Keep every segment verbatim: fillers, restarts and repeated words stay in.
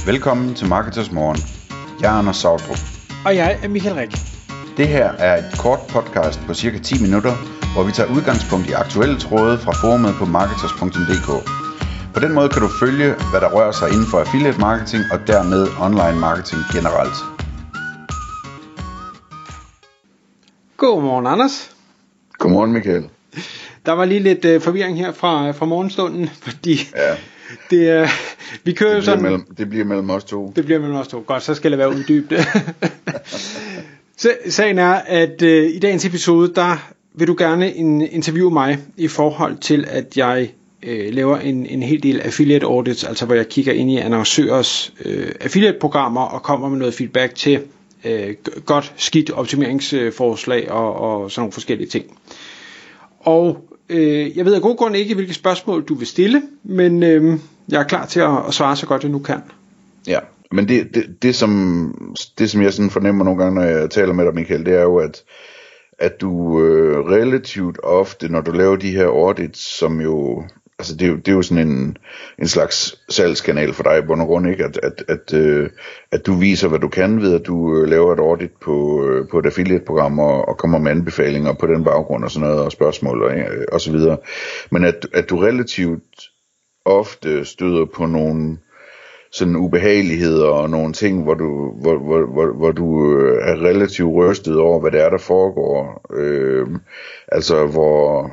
Velkommen til Marketers Morgen. Jeg er Anders Sautrup. Og jeg er Michael Rik. Det her er et kort podcast på cirka ti minutter, hvor vi tager udgangspunkt i aktuelle tråde fra forumet på marketers punktum d k. På den måde kan du følge, hvad der rører sig inden for affiliate marketing og dermed online marketing generelt. Godmorgen, Anders. Godmorgen, Michael. Der var lige lidt øh, forvirring her fra, fra morgenstunden, fordi ja. det er... Øh, vi kører det, sådan, mellem, det bliver mellem os to. Det bliver mellem os to. Godt, så skal det være uddybet. Så, sagen er, at øh, i dagens episode, der vil du gerne in, interviewe mig i forhold til, at jeg øh, laver en, en hel del affiliate audits, altså hvor jeg kigger ind i annoncørers øh, affiliate-programmer og kommer med noget feedback til øh, godt, skidt optimeringsforslag og, og sådan nogle forskellige ting. Og øh, jeg ved af god grund ikke, hvilke spørgsmål du vil stille, men øh, jeg er klar til at, at svare så godt jeg nu kan. Ja, men det, det, det, som, det som jeg sådan fornemmer nogle gange, når jeg taler med dig, Michael, det er jo, at, at du øh, relativt ofte, når du laver de her audits, som jo, altså det er jo, det er jo sådan en, en slags salgskanal for dig i bund og grund, ikke? At, at, at, øh, at du viser, hvad du kan ved, at du øh, laver et audit på, øh, på et affiliate-program og, og kommer med anbefalinger på den baggrund og sådan noget, og spørgsmål og, øh, og så videre. Men at, at du relativt ofte støder på nogle sådan ubehageligheder og nogle ting, hvor du, hvor, hvor, hvor, hvor du er relativt rystet over, hvad det er, der foregår. Øh, altså, hvor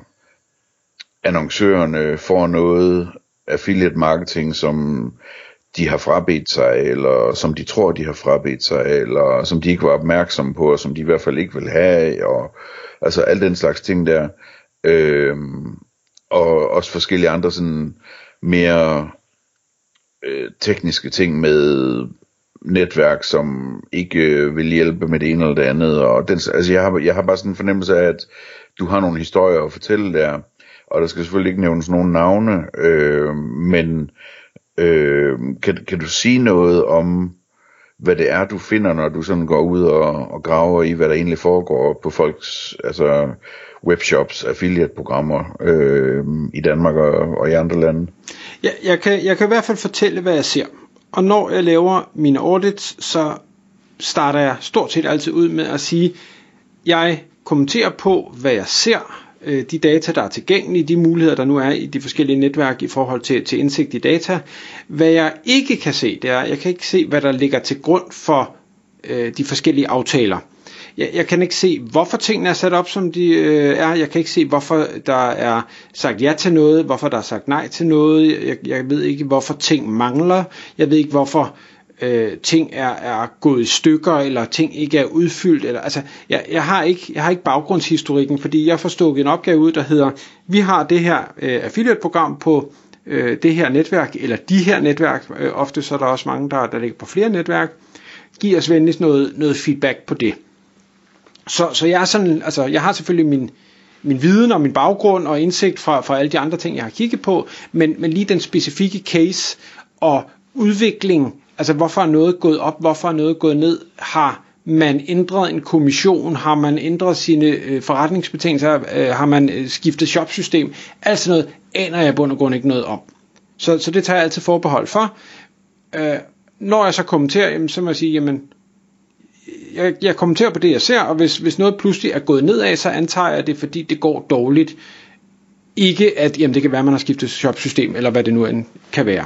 annoncørerne får noget affiliate marketing, som de har frabedt sig, eller som de tror, de har frabedt sig, eller som de ikke var opmærksomme på, og som de i hvert fald ikke vil have, og altså al den slags ting der. Øh, og også forskellige andre sådan mere øh, tekniske ting med netværk, som ikke øh, vil hjælpe med det ene eller det andet. Og den, altså jeg har, jeg har bare sådan en fornemmelse af, at du har nogle historier at fortælle der, og der skal selvfølgelig ikke nævnes nogen navne, øh, men øh, kan, kan du sige noget om, hvad det er, du finder, når du sådan går ud og, og graver i, hvad der egentlig foregår på folks altså webshops, affiliate-programmer øh, i Danmark og, og i andre lande? Ja, jeg, kan, jeg kan i hvert fald fortælle, hvad jeg ser. Og når jeg laver mine audits, så starter jeg stort set altid ud med at sige, jeg kommenterer på, hvad jeg ser, de data, der er tilgængelige, de muligheder, der nu er i de forskellige netværk i forhold til, til indsigt i data. Hvad jeg ikke kan se, det er, jeg kan ikke se, hvad der ligger til grund for øh, de forskellige aftaler. Jeg, jeg kan ikke se, hvorfor tingene er sat op, som de øh, er. Jeg kan ikke se, hvorfor der er sagt ja til noget, hvorfor der er sagt nej til noget. Jeg, jeg ved ikke, hvorfor ting mangler. Jeg ved ikke, hvorfor øh, ting er, er gået i stykker, eller ting ikke er udfyldt. Eller, altså, jeg, jeg, har ikke, jeg har ikke baggrundshistorikken, fordi jeg får stukket en opgave ud, der hedder, vi har det her øh, affiliate-program på øh, det her netværk, eller de her netværk. Øh, ofte så er der også mange, der, der ligger på flere netværk. Giv os venligst noget, noget feedback på det. Så, så jeg er sådan, altså jeg har selvfølgelig min, min viden og min baggrund og indsigt fra, fra alle de andre ting, jeg har kigget på, men, men lige den specifikke case og udvikling, altså hvorfor er noget gået op, hvorfor er noget gået ned, har man ændret en kommission, har man ændret sine øh, forretningsbetingelser, øh, har man øh, skiftet shopsystem, alt sådan noget aner jeg bund og grund ikke noget om. Så, så det tager jeg altid forbehold for. Øh, når jeg så kommenterer, jamen, så må jeg sige, jamen, Jeg, jeg kommenterer på det, jeg ser, og hvis, hvis noget pludselig er gået nedad, så antager jeg det, fordi det går dårligt. Ikke at, jamen det kan være, at man har skiftet shopsystem, eller hvad det nu end kan være.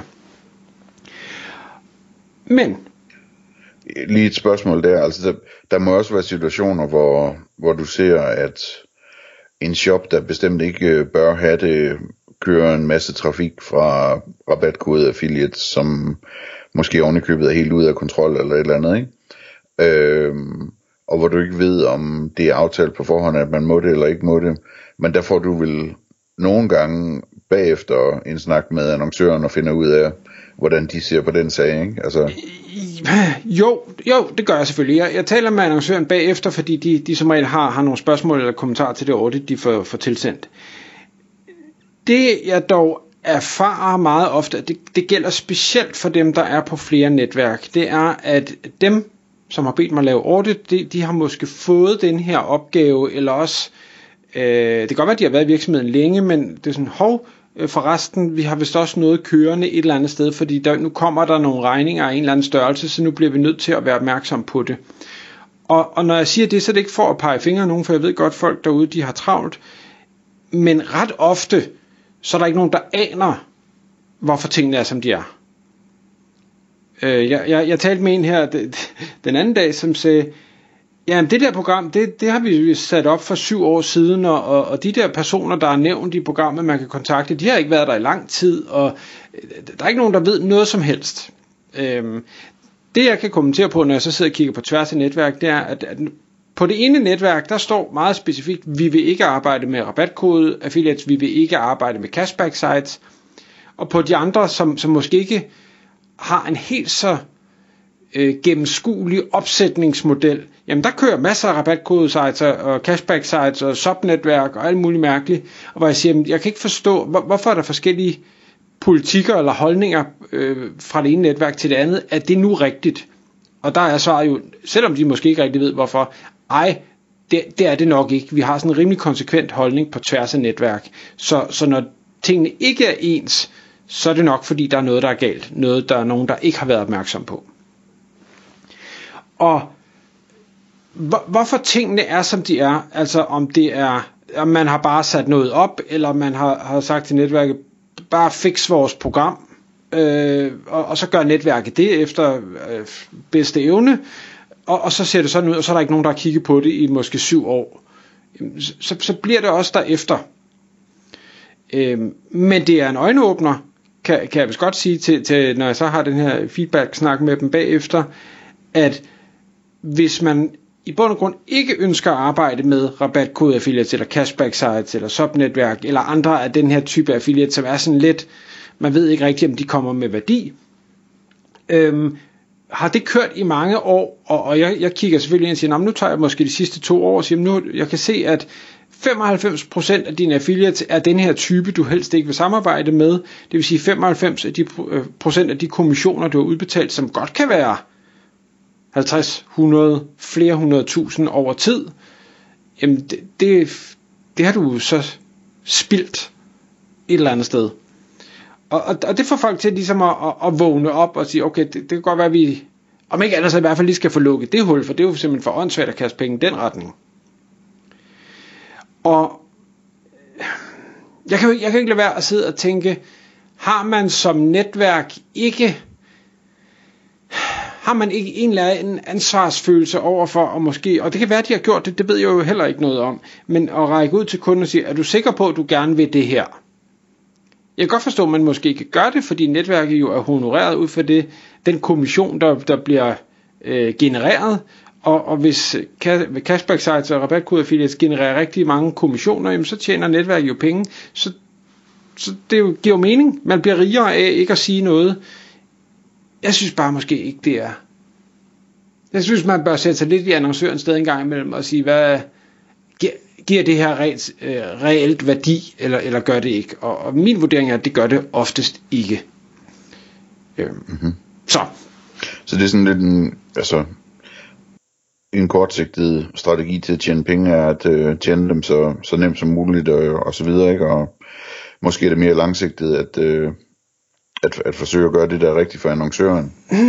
Men lige et spørgsmål der, altså der, der må også være situationer, hvor, hvor du ser, at en shop, der bestemt ikke bør have det, kører en masse trafik fra rabatkode affiliates, som måske ovenikøbet er helt ude af kontrol, eller et eller andet, ikke? Øhm, og hvor du ikke ved, om det er aftalt på forhånd, at man må det eller ikke må det, men der får du vel nogle gange bagefter en snak med annoncøren og finder ud af, hvordan de ser på den sag, ikke? Altså jo, jo, det gør jeg selvfølgelig. Jeg, jeg taler med annoncøren bagefter, fordi de, de som regel har, har nogle spørgsmål eller kommentarer til det audit, de får, får tilsendt. Det jeg dog erfarer meget ofte, det, det gælder specielt for dem, der er på flere netværk, det er, at dem, som har bedt mig at lave audit, de, de har måske fået den her opgave, eller også, øh, det kan godt være, at de har været i virksomheden længe, men det er sådan, hov, forresten, vi har vist også noget kørende et eller andet sted, fordi der, nu kommer der nogle regninger af en eller anden størrelse, så nu bliver vi nødt til at være opmærksom på det. Og, og når jeg siger det, så er det ikke for at pege fingre af nogen, for jeg ved godt, folk derude, de har travlt. Men ret ofte, så er der ikke nogen, der aner, hvorfor tingene er, som de er. Øh, jeg, jeg, jeg talte med en her den anden dag, som sagde, jamen det der program, det, det har vi sat op for syv år siden, og, og, og de der personer, der er nævnt i programmet, man kan kontakte, de har ikke været der i lang tid, og der er ikke nogen, der ved noget som helst. Øh, det jeg kan kommentere på, når jeg så sidder og kigger på tværs af netværk, det er, at, at på det ene netværk, der står meget specifikt, vi vil ikke arbejde med rabatkode affiliates, vi vil ikke arbejde med cashback sites, og på de andre, som, som måske ikke har en helt så øh, gennemskuelig opsætningsmodel, jamen der kører masser af rabatkode sites og cashback sites og subnetværk og alt muligt mærkeligt, og hvor jeg siger, jeg kan ikke forstå, hvor, hvorfor er der forskellige politikker eller holdninger øh, fra det ene netværk til det andet, er det nu rigtigt? Og der er svaret jo, selvom de måske ikke rigtig ved hvorfor, ej, det, det er det nok ikke. Vi har sådan en rimelig konsekvent holdning på tværs af netværk. Så, så når tingene ikke er ens, så er det nok fordi der er noget, der er galt. Noget, der er nogen, der ikke har været opmærksom på. Og hvor, hvorfor tingene er, som de er, altså om det er, om man har bare sat noget op, eller man har, har sagt til netværket, bare fix vores program, øh, og, og så gør netværket det efter øh, bedste evne, og, og så ser det sådan ud, og så er der ikke nogen, der har kigget på det i måske syv år. Så, så bliver det også derefter. Øh, men det er en øjenåbner, kan, kan jeg vist godt sige, til, til, når jeg så har den her feedback-snak med dem bagefter, at hvis man i bund og grund ikke ønsker at arbejde med rabatkode affiliates, eller cashback sites, eller subnetværk, eller andre af den her type affiliates, som er sådan lidt, man ved ikke rigtigt, om de kommer med værdi, øhm, har det kørt i mange år, og, og jeg, jeg kigger selvfølgelig ind og siger, nu tager jeg måske de sidste to år, og siger, nu, jeg kan se, at femoghalvfems procent af dine affiliates er den her type, du helst ikke vil samarbejde med, det vil sige femoghalvfems procent af de kommissioner, du har udbetalt, som godt kan være halvtreds, hundrede, flere hundrede tusind over tid, jamen det, det, det har du så spildt et eller andet sted. Og, og, og det får folk til ligesom at, at, at vågne op og sige, okay, det, det kan godt være, at vi, om ikke andet så i hvert fald lige skal få lukket det hul, for det er jo simpelthen for åndssvagt at kaste penge i den retning. Og jeg kan, jeg kan ikke lade være at sidde og tænke, har man som netværk ikke har man ikke en eller anden ansvarsfølelse overfor, og måske, og det kan være, at de har gjort det, det ved jeg jo heller ikke noget om, men at række ud til kunden og sige, er du sikker på, at du gerne vil det her? Jeg kan godt forstå, at man måske ikke gør det, fordi netværket jo er honoreret ud for det, den kommission, der, der bliver øh, genereret, og, og hvis cashback sites og rabatkode affiliates genererer rigtig mange kommissioner, jamen, så tjener netværket jo penge, så, så det jo, giver jo mening. Man bliver rigere af ikke at sige noget. Jeg synes bare måske ikke det er. Jeg synes man bør sætte sig lidt i annoncørens sted en gang imellem og sige, hvad giver det her reelt, øh, reelt værdi, eller, eller gør det ikke? Og, og min vurdering er, at det gør det oftest ikke. Øhm. Mm-hmm. Så. Så det er sådan lidt en, altså, en kortsigtet strategi til at tjene penge, er at øh, tjene dem så, så nemt som muligt, og, og så videre, ikke? Og måske er det mere langsigtet, at øh, At, at forsøge at gøre det, der er rigtigt for annoncøren?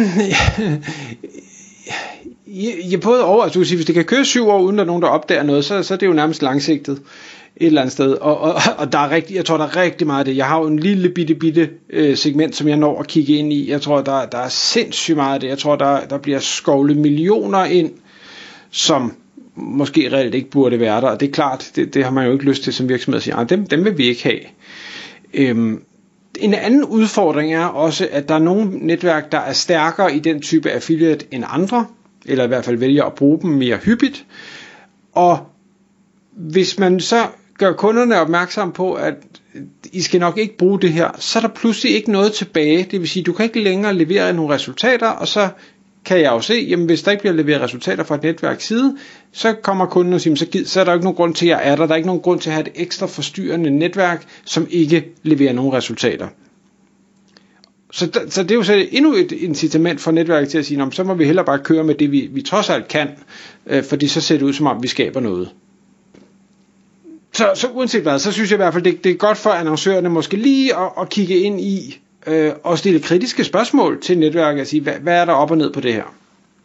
ja, ja, både over, altså du kan sige, hvis det kan køre syv år, uden der er nogen, der opdager noget, så, så er det jo nærmest langsigtet et eller andet sted, og, og, og der er rigtig, jeg tror, der er rigtig meget af det. Jeg har jo en lille bitte, bitte øh, segment, som jeg når at kigge ind i. Jeg tror, der, der er sindssygt meget af det. Jeg tror, der, der bliver skovlet millioner ind, som måske reelt ikke burde være der, og det er klart, det, det har man jo ikke lyst til som virksomhed at sige, dem, dem vil vi ikke have. Øhm, En anden udfordring er også, at der er nogle netværk, der er stærkere i den type affiliate end andre, eller i hvert fald vælger at bruge dem mere hyppigt. Og hvis man så gør kunderne opmærksom på, at I skal nok ikke bruge det her, så er der pludselig ikke noget tilbage. Det vil sige, at du kan ikke længere levere nogle resultater, og så kan jeg jo se, jamen hvis der ikke bliver leveret resultater fra et netværks side, så kommer kunden og siger, så, så er der ikke nogen grund til, at jeg er der. Der er ikke nogen grund til at have et ekstra forstyrrende netværk, som ikke leverer nogen resultater. Så, der, så det er jo så endnu et incitament for netværket til at sige, så må vi hellere bare køre med det, vi, vi trods alt kan, øh, fordi så ser det ud som om, vi skaber noget. Så, så uanset hvad, så synes jeg i hvert fald, det, det er godt for annoncørerne måske lige at, at kigge ind i øh, og stille kritiske spørgsmål til netværket og sige, hvad, hvad er der op og ned på det her?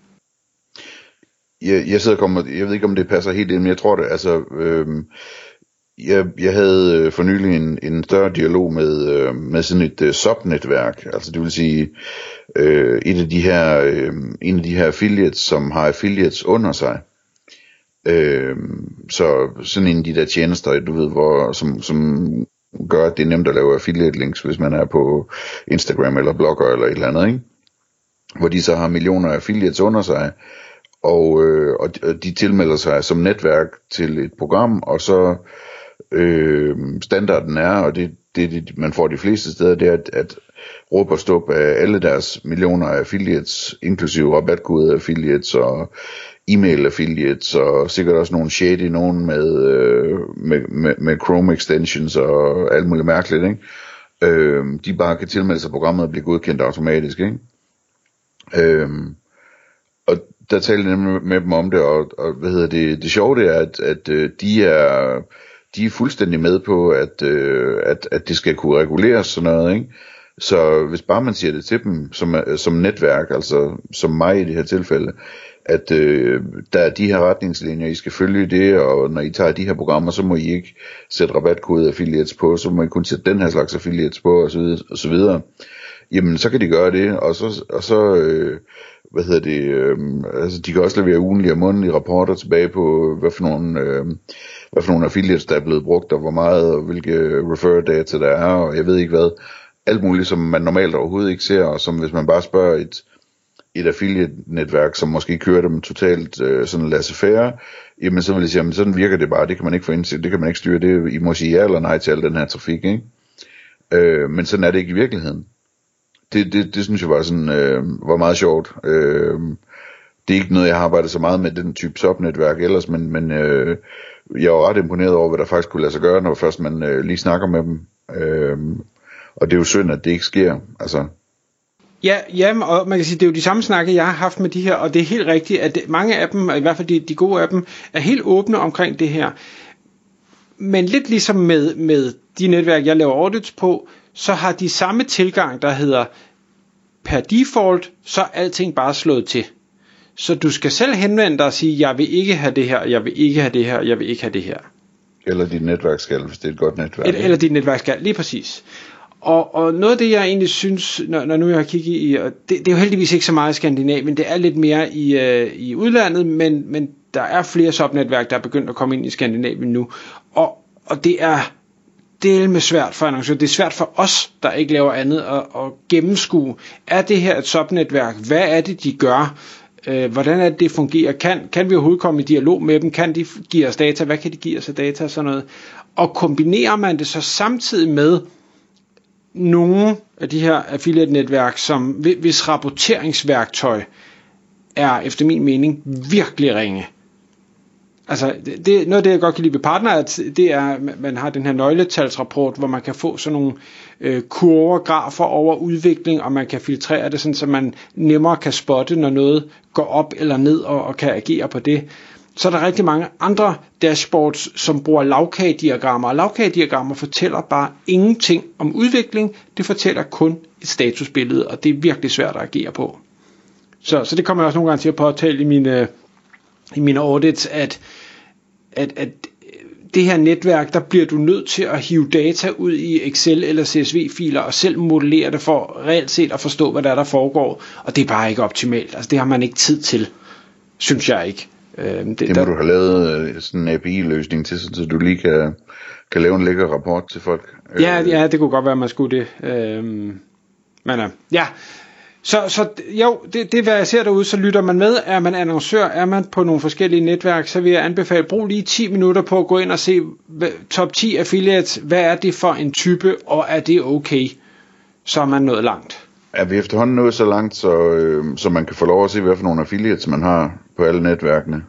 Jeg, jeg sidder og kommer, jeg ved ikke om det passer helt ind, men jeg tror det, altså, øh, jeg, jeg havde for nylig en, en større dialog med, øh, med sådan et uh, subnetværk, altså det vil sige, øh, et af de her, øh, en af de her affiliates, som har affiliates under sig. Øh, så sådan en af de der tjenester, du ved, hvor, som, som gør, at det er nemt at lave affiliate links, hvis man er på Instagram eller blogger eller et eller andet, ikke? Hvor de så har millioner af affiliates under sig, og, øh, og de tilmelder sig som netværk til et program, og så øh, standarden er, og det, det, det man får de fleste steder, det er at, at råbe og stop af alle deres millioner af affiliates, inklusive rabatkode affiliates og e-mail affiliates, og sikkert også nogle shady, nogen med, øh, med, med, med Chrome extensions og alt muligt mærkeligt, ikke? Øh, de bare kan tilmelde sig programmet og blive godkendt automatisk, ikke? Øh, og der talte jeg nemlig med dem om det, og, og hvad hedder det, det sjove det er, at, at de er de er fuldstændig med på, at, at, at det skal kunne reguleres sådan noget, ikke? Så hvis bare man siger det til dem som, som netværk, altså som mig i det her tilfælde, at øh, der er de her retningslinjer, I skal følge det, og når I tager de her programmer, så må I ikke sætte rabatkode affiliates på, så må I kun sætte den her slags affiliates på, og så videre, og så videre. Jamen, så kan de gøre det, og så, og så øh, hvad hedder det, øh, altså de kan også levere ugenlige og månedlige rapporter tilbage på, hvad for nogle, øh, hvad for nogle affiliates, der er blevet brugt, og hvor meget, og hvilke refer data der er, og jeg ved ikke hvad, alt muligt, som man normalt overhovedet ikke ser, og som hvis man bare spørger et, et affiliate-netværk, som måske kører dem totalt øh, sådan laissez-faire, jamen så vil jeg sige, jamen sådan virker det bare, det kan man ikke få indsigt, det kan man ikke styre, det, I må sige ja eller nej til al den her trafik, ikke? Øh, men sådan er det ikke i virkeligheden. Det, det, det synes jeg var sådan, øh, var meget sjovt. Øh, det er ikke noget, jeg har arbejdet så meget med, den type subnetværk ellers, men, men øh, jeg var ret imponeret over, hvad der faktisk kunne lade sig gøre, når først man øh, lige snakker med dem. Øh, og det er jo synd, at det ikke sker. Altså. Ja, ja, og man kan sige, det er jo de samme snakke, jeg har haft med de her, og det er helt rigtigt, at mange af dem, i hvert fald de, de gode af dem, er helt åbne omkring det her. Men lidt ligesom med, med de netværk, jeg laver audits på, så har de samme tilgang, der hedder per default, så er alting bare slået til. Så du skal selv henvende dig og sige, jeg vil ikke have det her, jeg vil ikke have det her, jeg vil ikke have det her. Eller dit netværk skal, hvis det er et godt netværk. Eller, eller dit netværk skal, lige præcis. Og, og noget af det, jeg egentlig synes, når, når nu jeg har kigget i, og det, det er jo heldigvis ikke så meget i Skandinavien, det er lidt mere i, øh, i udlandet, men, men der er flere subnetværk, der er begyndt at komme ind i Skandinavien nu. Og, og det er del med svært for annoncører. Det er svært for os, der ikke laver andet, at, at gennemskue. Er det her et subnetværk? Hvad er det, de gør? Øh, hvordan er det, det fungerer? Kan, kan vi overhovedet komme i dialog med dem? Kan de give os data? Hvad kan de give os af data? Sådan noget. Og kombinerer man det så samtidig med nogle af de her affiliate-netværk, som hvis rapporteringsværktøj er efter min mening virkelig ringe. Altså, det, det, noget af det, jeg godt kan lide ved partner, at det er, at man har den her nøgletalsrapport, hvor man kan få sådan nogle øh, kurver, grafer over udvikling, og man kan filtrere det, sådan, så man nemmere kan spotte, når noget går op eller ned, og, og kan agere på det. Så er der rigtig mange andre dashboards, som bruger lavkagediagrammer, og lavkagediagrammer fortæller bare ingenting om udvikling, det fortæller kun et statusbillede, og det er virkelig svært at agere på. Så, så det kommer jeg også nogle gange til at påtale i mine, i mine audits, at, at, at det her netværk, der bliver du nødt til at hive data ud i Excel eller C S V-filer, og selv modellere det for reelt set at forstå, hvad der er, der foregår, og det er bare ikke optimalt. Altså det har man ikke tid til, synes jeg ikke. Det, det må der, du have lavet sådan en A P I-løsning til, så du lige kan, kan lave en lækker rapport til folk. Ja, ja, det kunne godt være, at man skulle det. Øhm, men ja, så, så jo, det, det er hvad jeg ser derude, så lytter man med. Er man annoncør, er man på nogle forskellige netværk, så vil jeg anbefale, brug lige ti minutter på at gå ind og se top ti affiliates. Hvad er det for en type, og er det okay? Så er man nået langt. Er vi efterhånden nået så langt, så, øh, så man kan få lov at se, hvad for nogle affiliates man har på alle netværkene?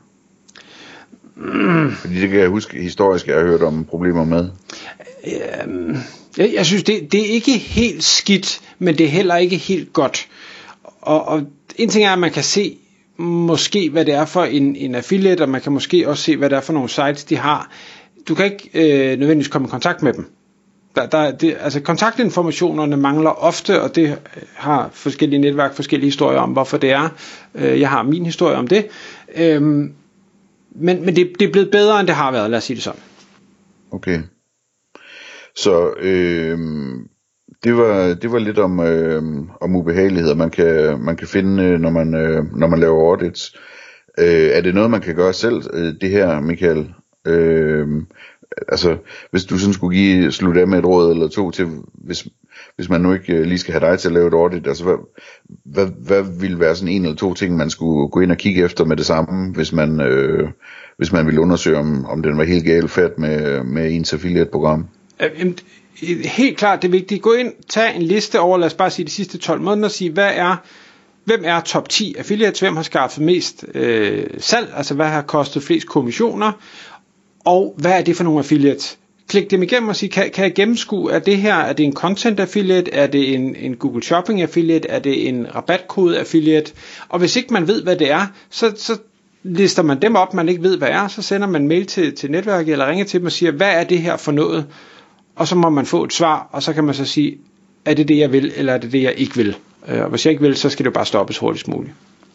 Mm. Fordi det kan jeg huske historisk, jeg har hørt om problemer med. Øhm, jeg, jeg synes, det, det er ikke helt skidt, men det er heller ikke helt godt. Og, og en ting er, at man kan se måske, hvad det er for en, en affiliate, og man kan måske også se, hvad det er for nogle sites, de har. du kan ikke øh, nødvendigvis komme i kontakt med dem. Der, der, det, altså kontaktinformationerne mangler ofte, og det har forskellige netværk forskellige historier om, hvorfor det er. Øh, jeg har min historie om det. Øh, men men det, det er blevet bedre, end det har været, lad os sige det sådan. Okay. Så øh, det var det var lidt om øh, om ubehageligheder man kan man kan finde når man øh, når man laver audits. Øh, er det noget man kan gøre selv øh, det her, Michael? Øh, altså hvis du sådan skulle give slutte af med et råd eller to til, hvis hvis man nu ikke lige skal have dig til at lave et audit, altså hvad hvad, hvad ville være sådan en eller to ting man skulle gå ind og kigge efter med det samme, hvis man øh, hvis man ville undersøge om om den var helt galt fat med med ens affiliate program? Helt klart det er vigtigt. Gå ind, tag en liste over, lad os bare sige de sidste tolv måneder, og sige, hvad er, hvem er top ti affiliates, hvem har skaffet mest øh, salg, altså hvad har kostet flest kommissioner, og hvad er det for nogle affiliates? Klik dem igennem og sige, kan, kan jeg gennemskue, er det her, er det en content affiliate, er det en, en Google Shopping affiliate, er det en rabatkode affiliate, og hvis ikke man ved, hvad det er, så, så lister man dem op, man ikke ved, hvad er, så sender man mail til, til netværket, eller ringer til dem og siger, hvad er det her for noget? Og så må man få et svar, og så kan man så sige, er det det, jeg vil, eller er det det, jeg ikke vil? Og hvis jeg ikke vil, så skal det jo bare stoppes hurtigst muligt.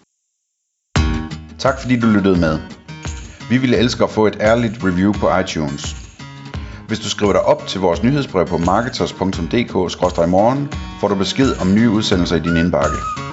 Tak fordi du lyttede med. Vi ville elske at få et ærligt review på iTunes. Hvis du skriver dig op til vores nyhedsbrev på marketers punktum d k skråstreg morgen, får du besked om nye udsendelser i din indbakke.